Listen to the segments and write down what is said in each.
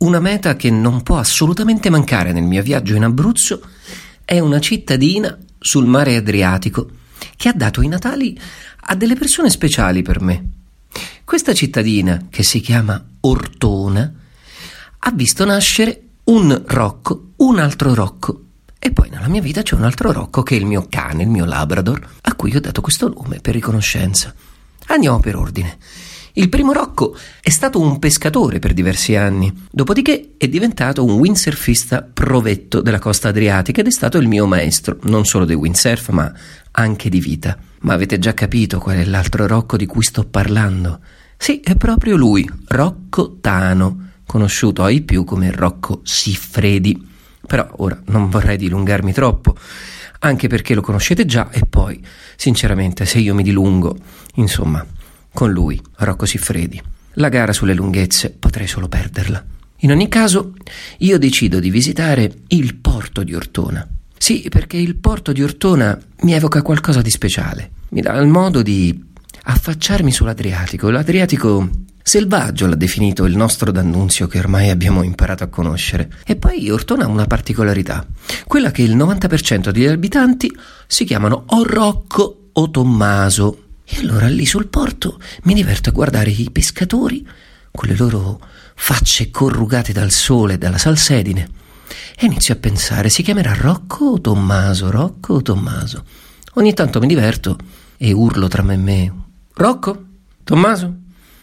una meta che non può assolutamente mancare nel mio viaggio in Abruzzo è una cittadina sul mare Adriatico che ha dato i Natali a delle persone speciali per me. Questa cittadina, che si chiama Ortona, ha visto nascere un Rocco, un altro Rocco, e poi nella mia vita c'è un altro Rocco che è il mio cane, il mio Labrador, a cui ho dato questo nome per riconoscenza. Andiamo per ordine. Il primo Rocco è stato un pescatore per diversi anni, dopodiché è diventato un windsurfista provetto della costa adriatica ed è stato il mio maestro, non solo di windsurf ma anche di vita. Ma avete già capito qual è l'altro Rocco di cui sto parlando? Sì, è proprio lui, Rocco Tano, conosciuto ai più come Rocco Siffredi. Però ora non vorrei dilungarmi troppo, anche perché lo conoscete già e poi, sinceramente, se io mi dilungo, insomma, con lui, Rocco Siffredi, la gara sulle lunghezze potrei solo perderla. In ogni caso, io decido di visitare il porto di Ortona. Sì, perché il porto di Ortona mi evoca qualcosa di speciale. Mi dà il modo di affacciarmi sull'Adriatico. L'Adriatico selvaggio l'ha definito il nostro D'Annunzio, che ormai abbiamo imparato a conoscere. E poi Ortona ha una particolarità, quella che il 90% degli abitanti si chiamano o Rocco o Tommaso. E allora lì sul porto mi diverto a guardare i pescatori con le loro facce corrugate dal sole e dalla salsedine e inizio a pensare, si chiamerà Rocco o Tommaso, Rocco o Tommaso. Ogni tanto mi diverto e urlo tra me e me, Rocco? Tommaso?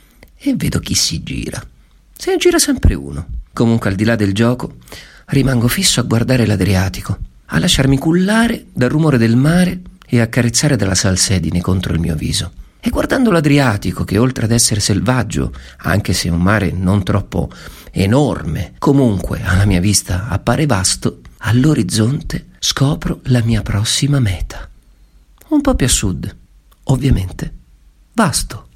E vedo chi si gira. Se ne gira sempre uno. Comunque, al di là del gioco, rimango fisso a guardare l'Adriatico, a lasciarmi cullare dal rumore del mare e accarezzare dalla salsedine contro il mio viso. E guardando l'Adriatico, che oltre ad essere selvaggio, anche se un mare non troppo enorme, comunque alla mia vista appare vasto, all'orizzonte scopro la mia prossima meta. Un po' più a sud, ovviamente, vasto.